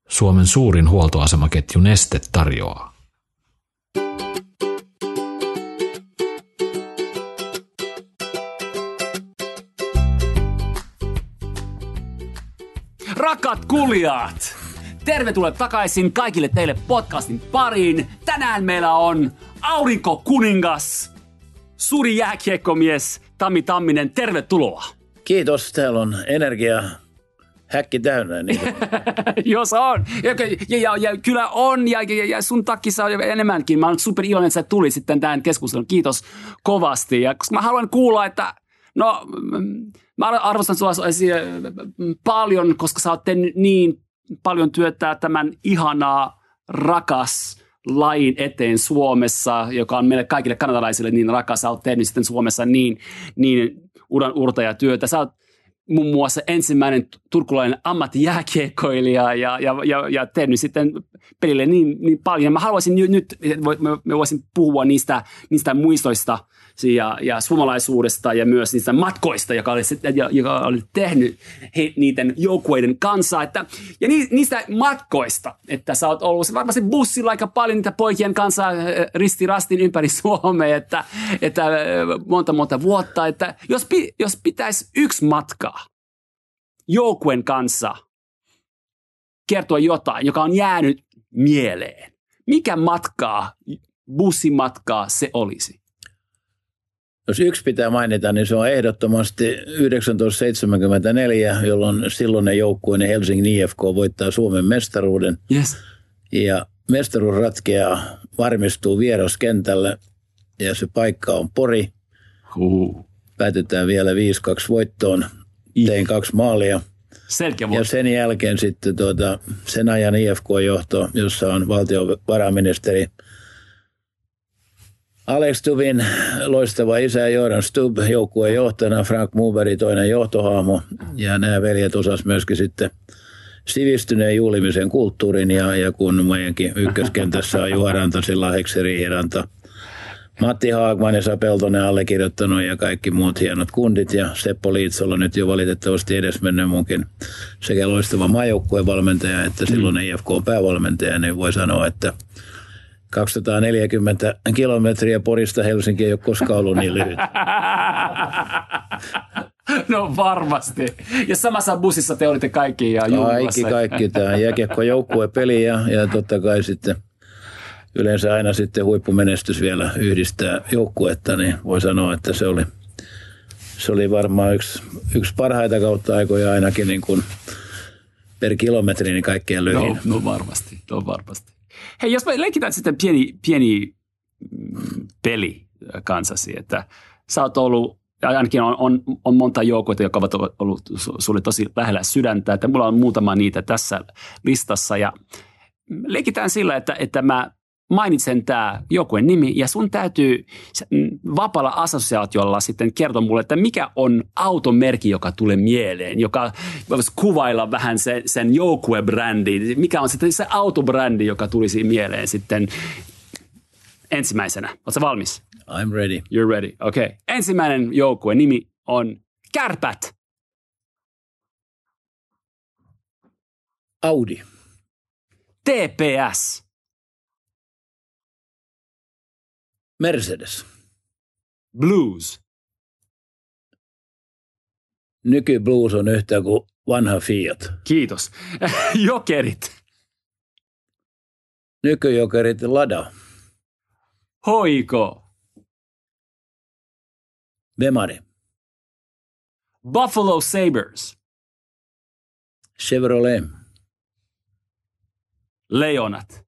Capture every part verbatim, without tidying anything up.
Suomen suurin huoltoasemaketju Neste tarjoaa. Rakat kuulijat! Tervetuloa takaisin kaikille teille podcastin pariin. Tänään meillä on aurinkokuningas, suuri jääkiekkomies Tammi Tamminen. Tervetuloa. Kiitos, täällä on energia häkki täynnä. Niin. Jos on. Ja, ja, ja, ja kyllä on, ja, ja, ja sun takkissa on enemmänkin. Mä olen super iloinen, että sä tuli sitten tähän keskusteluun. Kiitos kovasti. Ja koska mä haluan kuulla, että no, mä arvostan sua paljon, koska sä oot tehnyt niin paljon työtä tämän ihanaa, rakas lajin eteen Suomessa, joka on meille kaikille kanadalaisille niin rakas. Sä oot tehnyt sitten Suomessa niin, niin uran urtajatyötä. Sä oot muun muassa ensimmäinen turkulainen ammattijääkiekkoilija ja, ja, ja, ja tehnyt sitten pelille niin, niin paljon. Mä haluaisin nyt, nyt me, me voisin puhua niistä, niistä muistoista ja, ja suomalaisuudesta ja myös niistä matkoista, joka oli, joka oli tehnyt he, niiden joukkueiden kanssa. Että, ja ni, niistä matkoista, että sä oot ollut varmasti bussilla aika paljon niitä poikien kanssa ristirastin ympäri Suomea, että, että monta monta vuotta. Että jos, jos pitäisi yksi matka joukkueen kanssa kertoa jotain, joka on jäänyt mieleen, mikä matkaa, bussimatkaa se olisi? Jos yksi pitää mainita, niin se on ehdottomasti yhdeksäntoistasataaseitsemänkymmentäneljä, jolloin silloinen joukkueeni Helsingin I F K voittaa Suomen mestaruuden. Yes. Ja mestaruus ratkeaa, varmistuu vieraskentällä ja se paikka on Pori. Uh. Päätetään vielä viisi kaksi voittoon. Tein kaksi maalia. Selkeä voitto. Ja sen jälkeen sitten tuota, sen ajan I F K-johto, jossa on valtiovarainministeri Alex Stubbin loistava isä Jordan Stubb, joukkueen johtajana, Frank Muberg toinen johtohahmo. Ja nämä veljet osas myöskin sitten sivistyneen juhlimisen kulttuurin. Ja, ja kun meidänkin ykköskentässä on Juha Rantasilla, Heksi Riihiranta, Matti Haagman ja Esa Peltonen allekirjoittanut ja kaikki muut hienot kundit. Ja Seppo Liitsola nyt jo valitettavasti edesmennyt munkin sekä loistava maajoukkueen valmentaja että silloin I F K-päävalmentaja, niin voi sanoa, että kaksisataaneljäkymmentä kilometriä Porista Helsinkiin ei ole koskaan ollut niin lyhyt. No varmasti. Ja samassa bussissa te olitte kaikki ja juhlassa. Kaikki, kaikki. Tämä jääkiekko-joukkuepeli ja, ja totta kai sitten yleensä aina sitten huippumenestys vielä yhdistää joukkuetta, niin voi sanoa, että se oli, se oli varmaan yksi, yksi parhaita kautta aikoja ainakin niin kuin per kilometri niin kaikkein lyhin. No, no varmasti, no varmasti. Hei, jos me leikitään sitten pieni, pieni peli kanssasi, että sä oot ollut, ainakin on, on, on monta joukkoita, jotka ovat ollut sulle tosi lähellä sydäntä, että mulla on muutama niitä tässä listassa ja leikitään sillä, että, että mä mainitsen tämä joukkueen nimi ja sun täytyy vapaalla assosiaatiolla sitten kertoa mulle, että mikä on automerkki, joka tulee mieleen, joka voisi kuvailla vähän sen, sen joukkuebrändi. Mikä on sitten se autobrändi, joka tulisi mieleen sitten ensimmäisenä. Oletko valmis? I'm ready. You're ready. Okei. Okay. Ensimmäinen joukkueen nimi on Kärpät. Audi. T P S. Mercedes. Blues. Nykyblues on yhtä kuin vanha Fiat. Kiitos. Jokerit. Nykyjokerit Lada. Hoiko. Bemari. Buffalo Sabres. Chevrolet. Lejonat.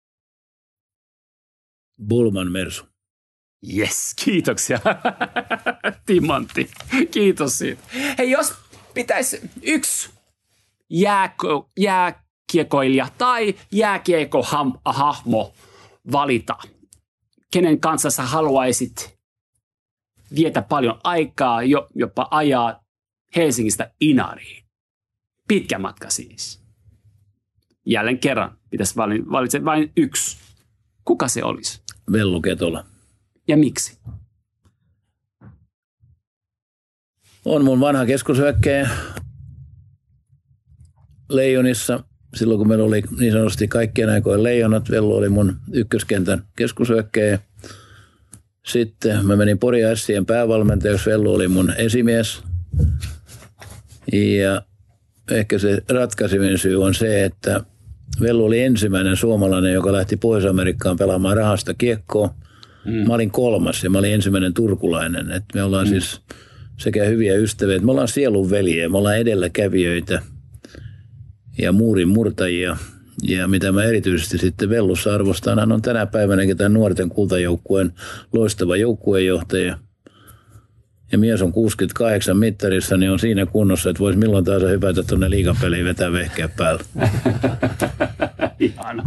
Bulman Mersu. Yes, kiitoksia. Timantti. Kiitos siitä. Hei, jos pitäisi yksi jääko, jääkiekoilija tai jääkiekkohahmo valita, kenen kanssa sä haluaisit vietä paljon aikaa, jopa ajaa Helsingistä Inariin. Pitkä matka siis. Jälleen kerran pitäisi valita vain yksi. Kuka se olisi? Vellu Ketola. Ja miksi? On mun vanha keskushyökkäjä Leijonissa silloin kun meillä oli niin sanotusti kaikkien aikojen leijonat, Vellu oli mun ykköskentän keskushyökkääjä. Sitten mä menin Pori Ässien päävalmentajaksi, Vellu oli mun esimies. Ja ehkä se ratkaisevin syy on se, että Vellu oli ensimmäinen suomalainen, joka lähti Pohjois-Amerikkaan pelaamaan rahasta kiekkoa. Mm. Mä olin kolmas ja mä olin ensimmäinen turkulainen. Et me ollaan mm. siis sekä hyviä ystäviä, me ollaan sielunveljiä, me ollaan edelläkävijöitä ja muurin murtajia. Ja mitä mä erityisesti sitten Vellussa arvostan, hän on tänä päivänäkin tämän nuorten kultajoukkueen loistava joukkueenjohtaja. Ja mies on kuusikymmentäkahdeksan mittarissa, niin on siinä kunnossa, että voisi milloin taas hypätä tuonne liigapeliin vetää vehkeä päälle. Ihana.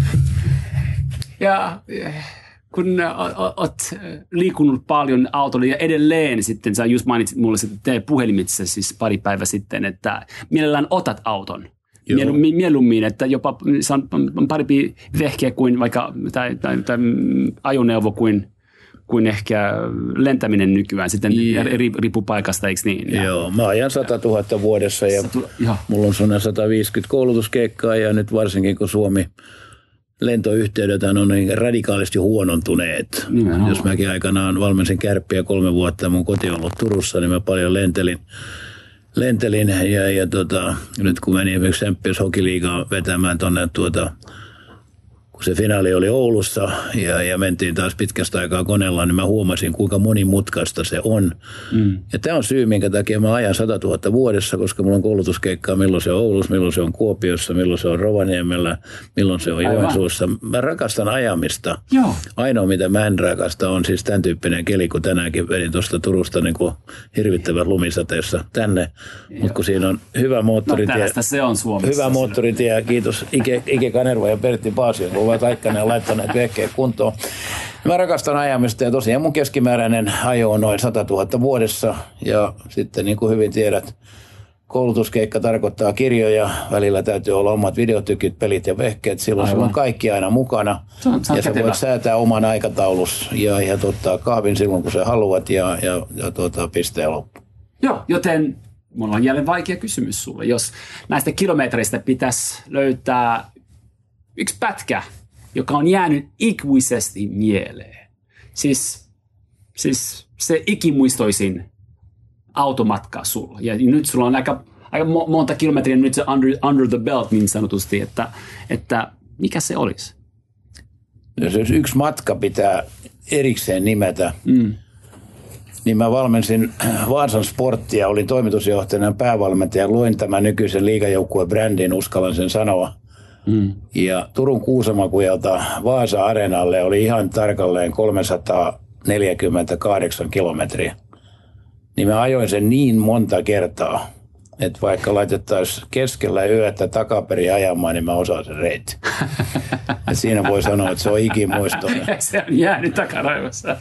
Ja kun olet liikunut paljon autolla ja edelleen sitten, sä just mainitsit mulle sitten puhelimitse siis pari päivää sitten, että mielellään otat auton. Mieluummin, mieluummin, että jopa se on parempi vehkeä kuin vaikka, tai, tai, tai ajoneuvo kuin kuin ehkä lentäminen nykyään sitten yeah. riippuu paikasta, eikö niin? Ja, joo, mä ajan sata tuhatta vuodessa ja Satu, mulla on sellainen sata viisikymmentä koulutuskeikkaa ja nyt varsinkin kun Suomi lentoyhteydet on niin radikaalisti huonontuneet. Nimenomaan. Jos mäkin aikanaan valmensin Kärppiä kolme vuotta mun koti on ollut Turussa, niin mä paljon lentelin. Lentelin ja, ja tota, nyt kun menin esimerkiksi Champions Hockey-liigaan vetämään tuonne tuota se finaali oli Oulussa ja, ja mentiin taas pitkästä aikaa koneella, niin mä huomasin, kuinka monimutkaista se on. Mm. Ja tämä on syy, minkä takia mä ajan sata tuhatta vuodessa, koska mulla on koulutuskeikkaa, milloin se on Oulussa, milloin se on Kuopiossa, milloin se on Rovaniemellä, milloin se on Joensuussa. Mä rakastan ajamista. Joo. Ainoa, mitä mä en rakasta, on siis tämän tyyppinen keli, kun tänäänkin vedin tuosta Turusta niin kuin hirvittävän lumisateessa tänne. Mutta kun siinä on hyvä moottoritie. No, se on Suomessa. Hyvä moottoritie, kiitos Ike, Ike Kanerva ja Pertti Paasio, kun ovat aikkaneen laittaneet vehkeä kuntoon. Mä rakastan ajamista ja tosiaan mun keskimääräinen ajo on noin sata tuhatta vuodessa ja sitten niin kuin hyvin tiedät, koulutuskeikka tarkoittaa kirjoja, välillä täytyy olla omat videotykit, pelit ja vehkeet, silloin sulla on kaikki aina mukana se on, se on ja sä voit säätää oman aikataulus ja, ja ottaa kahvin silloin kun sä haluat ja, ja, ja tuota, pisteen loppu. Joo, joten mulla on jälleen vaikea kysymys sulle, jos näistä kilometreistä pitäisi löytää yksi pätkä, joka on jäänyt ikuisesti mieleen. Siis, siis se ikimuistoisin automatka sulla. Ja nyt sulla on aika, aika monta kilometriä nyt se under, under the belt niin sanotusti, että, että mikä se olisi? Jos yksi matka pitää erikseen nimetä, mm. niin mä valmensin Vaasan Sporttia, olin toimitusjohtajana päävalmentaja, luin tämän nykyisen liigajoukkueen brändin, uskallan sen sanoa. Mm. Ja Turun Kuusamakujalta Vaasa-areenalle oli ihan tarkalleen kolmesataaneljäkymmentäkahdeksan kilometriä. Niin mä ajoin sen niin monta kertaa, että vaikka laitettaisiin keskellä yötä takaperin ajamaan, niin mä osaan sen reitin. Ja siinä voi sanoa, että se on ikimuistoinen. Se on jäänyt takaraivossa.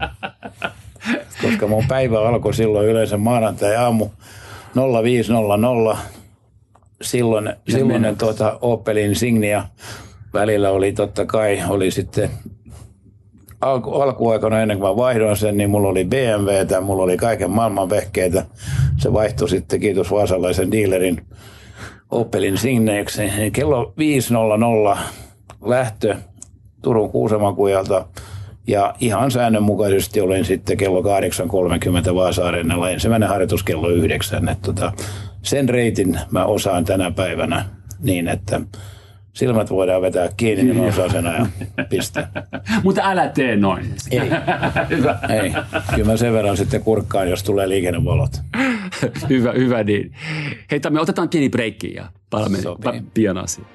Koska mun päivä alkoi silloin yleensä maanantai-aamu nolla viisi nolla nolla. Silloin, silloinen tuota Opelin Signia välillä oli totta kai, oli sitten alku, alkuaikana ennen kuin mä vaihdoin sen, niin mulla oli B M W:tä, mulla oli kaiken maailman vehkeitä. Se vaihtoi sitten, kiitos vaasalaisen dealerin Opelin Signeeksi. Niin kello viisi nolla nolla lähtö Turun Kuusamakujalta ja ihan säännönmukaisesti olin sitten kello kahdeksan kolmekymmentä Vaasa-areenalla. Ensimmäinen harjoitus kello yhdeksän. Että tota, sen reitin mä osaan tänä päivänä niin, että silmät voidaan vetää kiinni, niin mä osaan sen ajan pistää. Mutta älä tee noin. Ei. Hyvä. Ei. Kyllä mä sen verran sitten kurkkaan, jos tulee liikennevalot. hyvä, hyvä niin. Hei, me otetaan pieni breikki ja palaamme pian asiaan.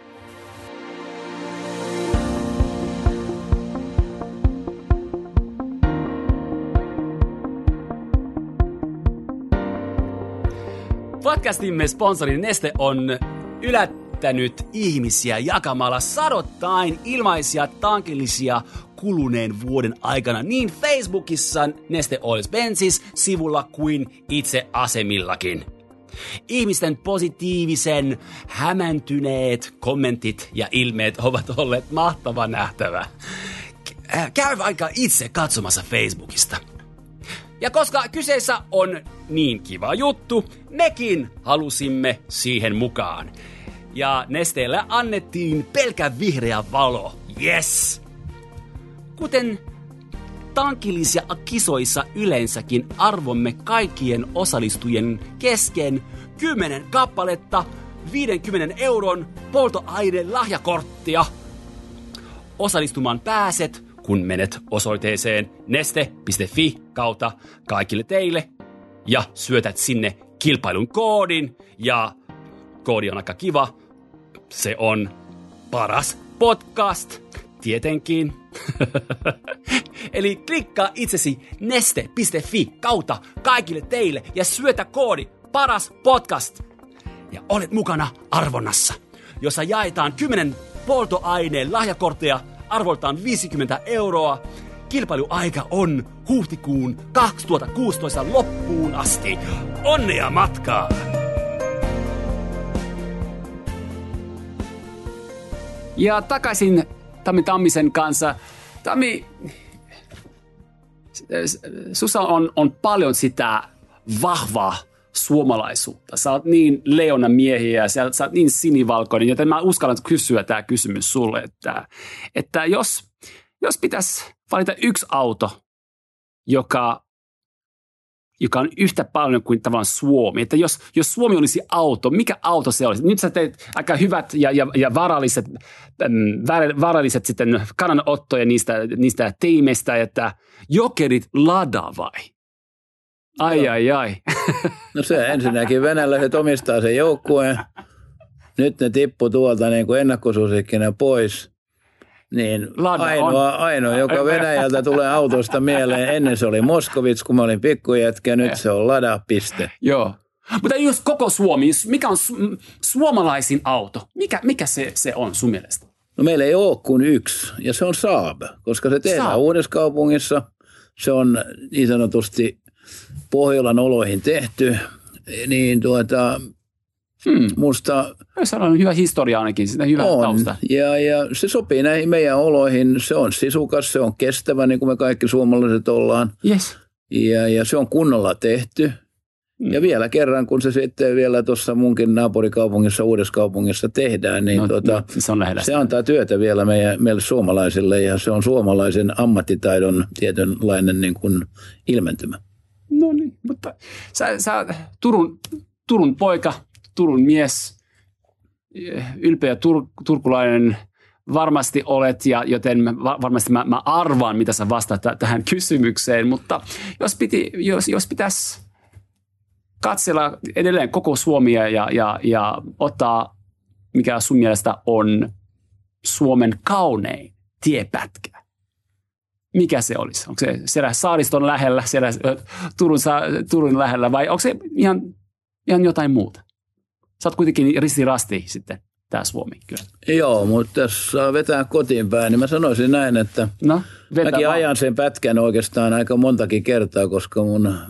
Podcastimme sponsori Neste on yllättänyt ihmisiä jakamalla sadottain ilmaisia tankillisia kuluneen vuoden aikana niin Facebookissa Neste Oils Benzis sivulla kuin itse asemillakin. Ihmisten positiivisen, hämäntyneet kommentit ja ilmeet ovat olleet mahtava nähtävä. Käy vaikka itse katsomassa Facebookista. Ja koska kyseessä on niin kiva juttu, mekin halusimme siihen mukaan. ja Nesteelle annettiin pelkä vihreä valo. Yes! Kuten tankillis- ja kisoissa yleensäkin arvomme kaikkien osallistujien kesken kymmenen kappaletta viidenkymmenen euron polttoaineen lahjakorttia. Osallistumaan pääset, kun menet osoitteeseen neste piste fi kautta kaikille teille ja syötät sinne kilpailun koodin. Ja koodi on aika kiva. Se on paras podcast. Tietenkin. Eli klikkaa itsesi neste piste fi kautta kaikille teille ja syötä koodi paras podcast. Ja olet mukana arvonnassa, jossa jaetaan kymmenen polttoaineen lahjakortteja arvoltaan viisikymmentä euroa. Kilpailuaika on huhtikuun kaksituhattakuusitoista loppuun asti. Onnea matkaan! Ja takaisin Tammi Tammisen kanssa. Tammi, sussa on, on paljon sitä vahvaa suomalaisuutta. Sä oot niin leona miehiä ja sä, sä oot niin sinivalkoinen, joten mä uskallan kysyä tämä kysymys sulle, että, että jos, jos pitäisi valita yksi auto, joka, joka on yhtä paljon kuin tavallaan Suomi, että jos, jos Suomi olisi auto, mikä auto se olisi? Nyt sä teet aika hyvät ja, ja, ja varalliset, ähm, varalliset sitten kannanottoja niistä, niistä tiimeistä, että jokerit Lada vai? Ai, ai, ai. No se ensinnäkin venäläiset omistaa sen joukkueen. Nyt ne tippu tuolta niin kuin ennakkosuosikkina pois. Niin ainoa, ainoa, joka Venäjältä tulee autosta mieleen. Ennen se oli Moskovits, kun mä olin pikkujätkä. Nyt se on Lada, piste. Joo. Mutta jos koko Suomi, mikä on su- suomalaisin auto? Mikä, mikä se, se on sun mielestä? No meillä ei ole kuin yksi, ja se on Saab, koska se tehdään Saab. Uudessakaupungissa. Se on niin sanotusti Pohjolan oloihin tehty, niin tuota, hmm. musta... Se on hyvä historia ainakin, sitä hyvä on, tausta. Ja, ja se sopii näihin meidän oloihin, se on sisukas, se on kestävä, niin kuin me kaikki suomalaiset ollaan. Yes. Ja, ja se on kunnolla tehty. Hmm. Ja vielä kerran, kun se sitten vielä tuossa munkin naapurikaupungissa, Uudessakaupungissa tehdään, niin no, tuota, no, se, on se antaa työtä vielä meidän, meille suomalaisille, ja se on suomalaisen ammattitaidon tietynlainen niin kuin ilmentymä. No niin, mutta sä, sä Turun, Turun poika, Turun mies, ylpeä tur, turkulainen varmasti olet, ja joten mä, varmasti mä, mä arvaan, mitä sä vastaat tähän kysymykseen, mutta jos, piti, jos, jos pitäisi katsella edelleen koko Suomea ja, ja, ja ottaa, mikä sun mielestä on Suomen kaunein tiepätkä, mikä se olisi? Onko se siellä Saariston lähellä, siellä Turun, Turun lähellä vai onko se ihan, ihan jotain muuta? Sä oot kuitenkin ristirasti sitten tämä Suomi kyllä. Joo, mutta jos saa vetää kotiin päin, niin mä sanoisin näin, että no, mäkin vaan. ajan sen pätkän oikeastaan aika montakin kertaa, koska mun äh,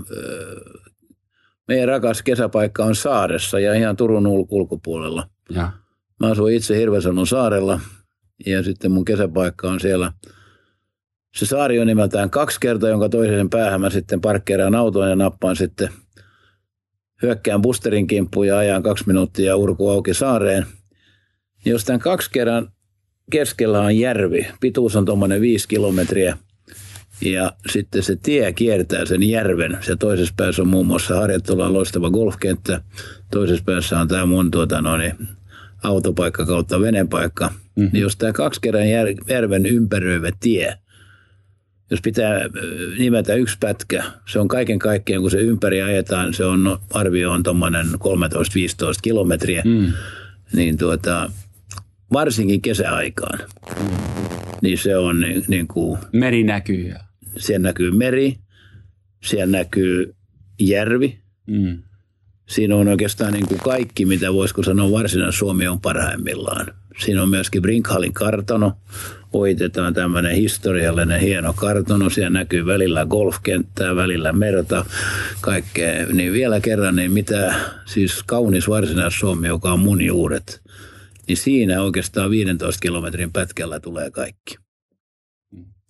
meidän rakas kesäpaikka on saaressa ja ihan Turun ulkopuolella. Ja. Mä asun itse Hirvesalon saarella ja sitten mun kesäpaikka on siellä. Se saari on nimeltään kaksi kertaa, jonka toisen päähän mä sitten parkkeeraan autoon ja nappaan sitten hyökkään boosterin kimppuun ja ajan kaksi minuuttia urku auki saareen. Jos tämän kaksi kerran keskellä on järvi, pituus on tuommoinen viisi kilometriä ja sitten se tie kiertää sen järven. Se toisessa päässä on muun muassa Harjattolan loistava golfkenttä, toisessa päässä on tämä mun tuota, no niin, autopaikka kautta venepaikka. Mm-hmm. Niin jos tämä kaksi kerran järven ympäröivä tie, jos pitää nimetä yksi pätkä, se on kaiken kaikkiaan, kun se ympäri ajetaan, se on arvio on tuommoinen kolmetoista viisitoista kilometriä, mm. niin tuota, varsinkin kesäaikaan, mm. niin se on niin, niin kuin... Meri näkyy. Siellä näkyy meri, siellä näkyy järvi. Mm. Siinä on oikeastaan niin kuin kaikki, mitä voisiko sanoa Varsinais-Suomi on parhaimmillaan. Siinä on myöskin Brinkhallin kartano. Ohitetaan tämmöinen historiallinen hieno kartano. Siellä näkyy välillä golfkenttää, välillä merta, kaikkea. Niin vielä kerran, niin mitä siis kaunis Varsinais-Suomi, joka on mun juuret, niin siinä oikeastaan viidentoista kilometrin pätkällä tulee kaikki.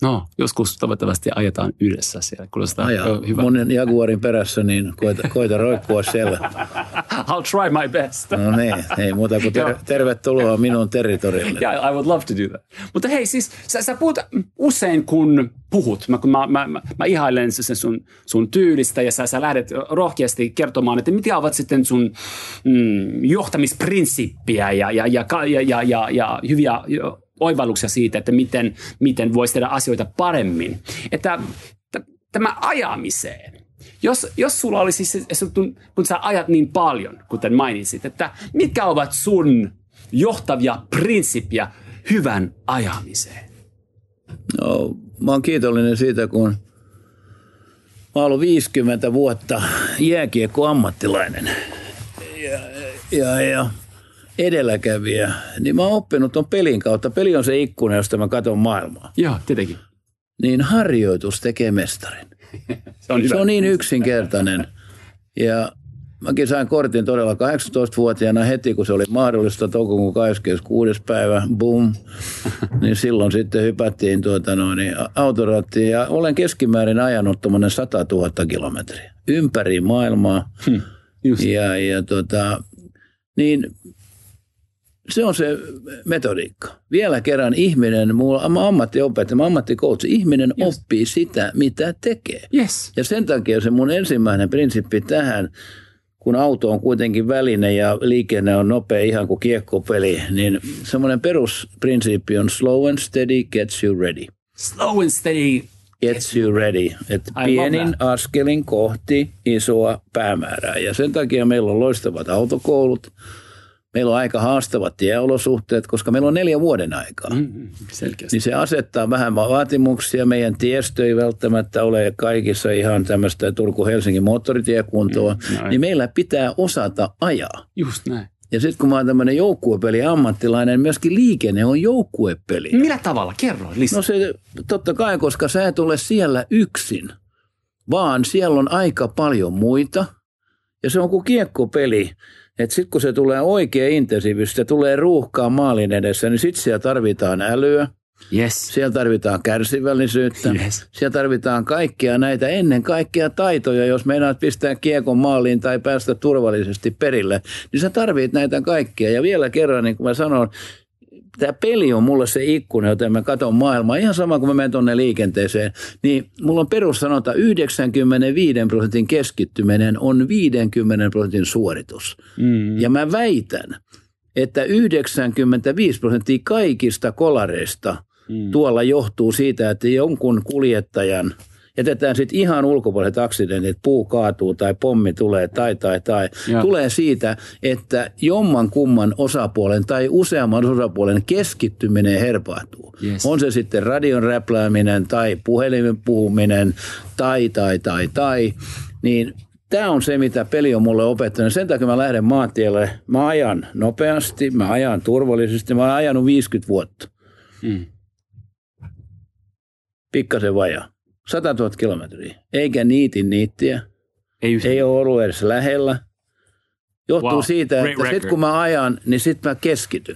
No, joskus toivottavasti ajetaan yhdessä siellä. Kuulostaa Aja, hyvä. monen Jaguarin perässä, niin koita, koita roikkua siellä. I'll try my best. No niin, ei muuta kuin ter- tervetuloa minun territorille. Yeah, I would love to do that. Mutta hei, siis sä, sä puhut usein, kun puhut, mä, kun mä, mä, mä, mä ihailen sen sun, sun tyylistä ja sä, sä lähdet rohkeasti kertomaan, että mitä ovat sitten sun mm, johtamisprinsiippiä ja, ja, ja, ja, ja, ja, ja hyviä oivalluksia siitä, että miten, miten voisi tehdä asioita paremmin. Että t- tämä ajamiseen. Jos, jos sulla olisi, siis, kun sä ajat niin paljon, kuten mainitsit, että mitkä ovat sun johtavia prinsiippiä hyvän ajamiseen? No, mä oon kiitollinen siitä, kun mä oon ollut viisikymmentä vuotta jääkiekko-ammattilainen ja, ja, ja edelläkävijä, niin mä oon oppinut ton pelin kautta. Peli on se ikkuna, josta mä katson maailmaa. Joo, tietenkin. Niin harjoitus tekee mestarin. Se on, se on niin yksinkertainen. Ja mäkin sain kortin todella kahdeksantoistavuotiaana heti, kun se oli mahdollista, toukokuun kahdeskymmeneskuudes päivä, boom. Niin silloin sitten hypättiin tuota noin, autorattiin ja olen keskimäärin ajanut tuommoinen sata tuhatta kilometriä ympäri maailmaa. Hmm, just. Ja, ja tota, niin se on se metodiikka. Vielä kerran ihminen, mulla on ammattiopettaja, mä ammattikoutsi, ihminen yes. oppii sitä, mitä tekee. Yes. Ja sen takia se mun ensimmäinen prinsippi tähän, kun auto on kuitenkin väline ja liikenne on nopea ihan kuin kiekkopeli, niin semmoinen perusprinsiippi on slow and steady gets you ready. Slow and steady gets you ready. Että pienin askelin kohti isoa päämäärää. Ja sen takia meillä on loistavat autokoulut. Meillä on aika haastavat tieolosuhteet, koska meillä on neljä vuoden aikaa. Mm, selkeästi. Niin se asettaa vähän vaatimuksia. Meidän tiestö ei välttämättä ole kaikissa ihan tämmöistä Turku-Helsingin moottoritiekuntoa. Mm, niin meillä pitää osata ajaa. Just näin. Ja sitten kun mä oon tämmöinen joukkuepeli ammattilainen, myöskin liikenne on joukkuepeli. Millä tavalla? Kerro lisää. No se totta kai, koska sä et ole siellä yksin, vaan siellä on aika paljon muita. Ja se on kuin kiekkopeli. Että sitten kun se tulee oikein intensiivisesti, se tulee ruuhkaa maalin edessä, niin sitten siellä tarvitaan älyä. Yes. Siellä tarvitaan kärsivällisyyttä. Yes. Siellä tarvitaan kaikkia näitä ennen kaikkea taitoja, jos meinaat pistää kiekon maaliin tai päästä turvallisesti perille. Niin sä tarvit näitä kaikkia. Ja vielä kerran, niin kuin mä sanon, tämä peli on mulle se ikkuna, joten mä katson maailmaa. Ihan sama kuin mä menen tuonne liikenteeseen. Niin mulla on perussanota yhdeksänkymmentäviisi prosentin keskittyminen on viisikymmentä prosentin suoritus. Mm. Ja mä väitän, että yhdeksänkymmentäviisi prosenttia kaikista kolareista mm. tuolla johtuu siitä, että jonkun kuljettajan jätetään sitten ihan ulkopuoliset aksidentit, puu kaatuu tai pommi tulee tai tai tai. Ja. Tulee siitä, että jomman kumman osapuolen tai useamman osapuolen keskittyminen herpaantuu. Yes. On se sitten radion räplääminen tai puhelimen puhuminen tai tai tai tai, niin tämä on se, mitä peli on mulle opettanut. Sen takia mä lähden maantielle. Mä ajan nopeasti, mä ajan turvallisesti. Mä oon ajanut viisikymmentä vuotta. Mm. Pikkasen vajaa. sata tuhatta kilometriä. Eikä niitin niittiä. Ei, Ei ole ollut edes lähellä. Johtuu wow. siitä, Great että sitten kun mä ajan, niin sitten mä keskityn.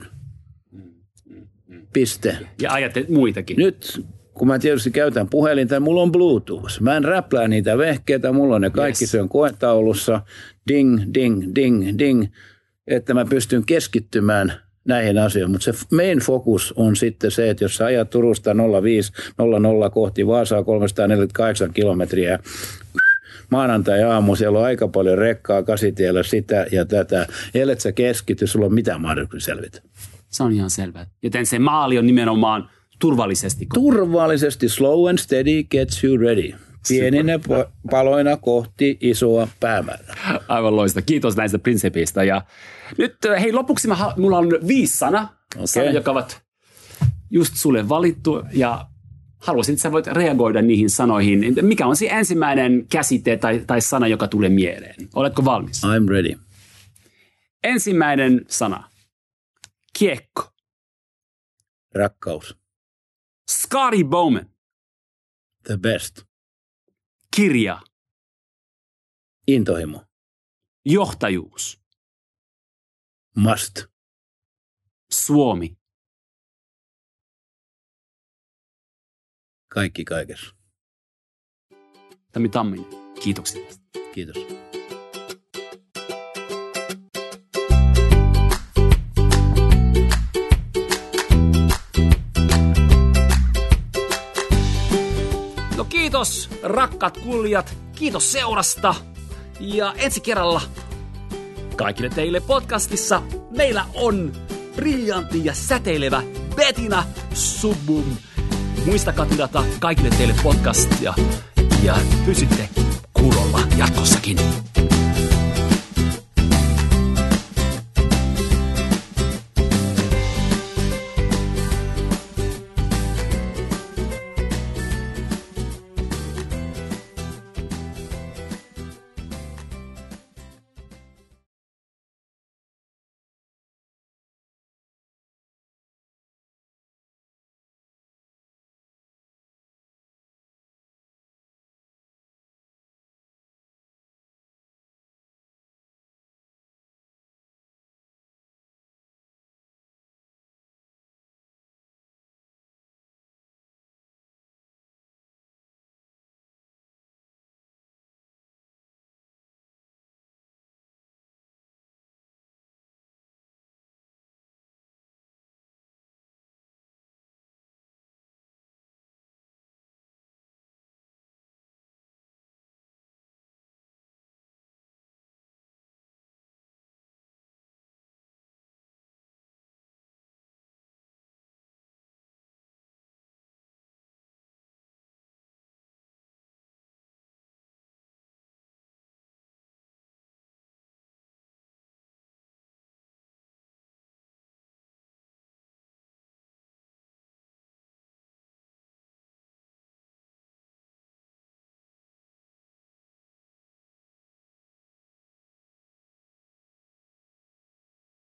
Piste. Ja ajattelet muitakin. Nyt kun mä tietysti käytän puhelinta, mulla on Bluetooth. Mä en räplää niitä vehkeitä, mulla on ne kaikki, yes. Se on koetaulussa. Ding, ding, ding, ding. Että mä pystyn keskittymään näihin asioihin. Mutta se main focus on sitten se, että jos sä ajat Turusta nolla viisi nolla nolla kohti Vaasaa kolmesataaneljäkymmentäkahdeksan kilometriä, maanantai-aamu, siellä on aika paljon rekkaa kasitiellä sitä ja tätä. Ellet sä keskity, sulla on mitään mahdollisuus selvitä. Se on ihan selvä. Joten se maali on nimenomaan turvallisesti. Turvallisesti, slow and steady gets you ready. Pieninä paloina kohti isoa päämäärää. Aivan loista. Kiitos näistä prinsipeistä. Ja nyt hei, lopuksi mä, mulla on viisi sana, okay. sana, jotka ovat just sulle valittu. Ja haluaisin, että sä voit reagoida niihin sanoihin. Mikä on se ensimmäinen käsite tai, tai sana, joka tulee mieleen? Oletko valmis? I'm ready. Ensimmäinen sana. Kiekko. Rakkaus. Scotty Bowman. The best. Kirja. Intohimo. Johtajuus. Must. Suomi. kaikki kaikessa. Tammi Tamminen, kiitoksia. Kiitos. No kiitos rakkaat kuulijat, kiitos seurasta ja ensi kerralla kaikille teille podcastissa meillä on briljantti ja säteilevä Bettina Subbum. Muistakaa tilata kaikille teille podcastia ja pysytte kuulolla jatkossakin.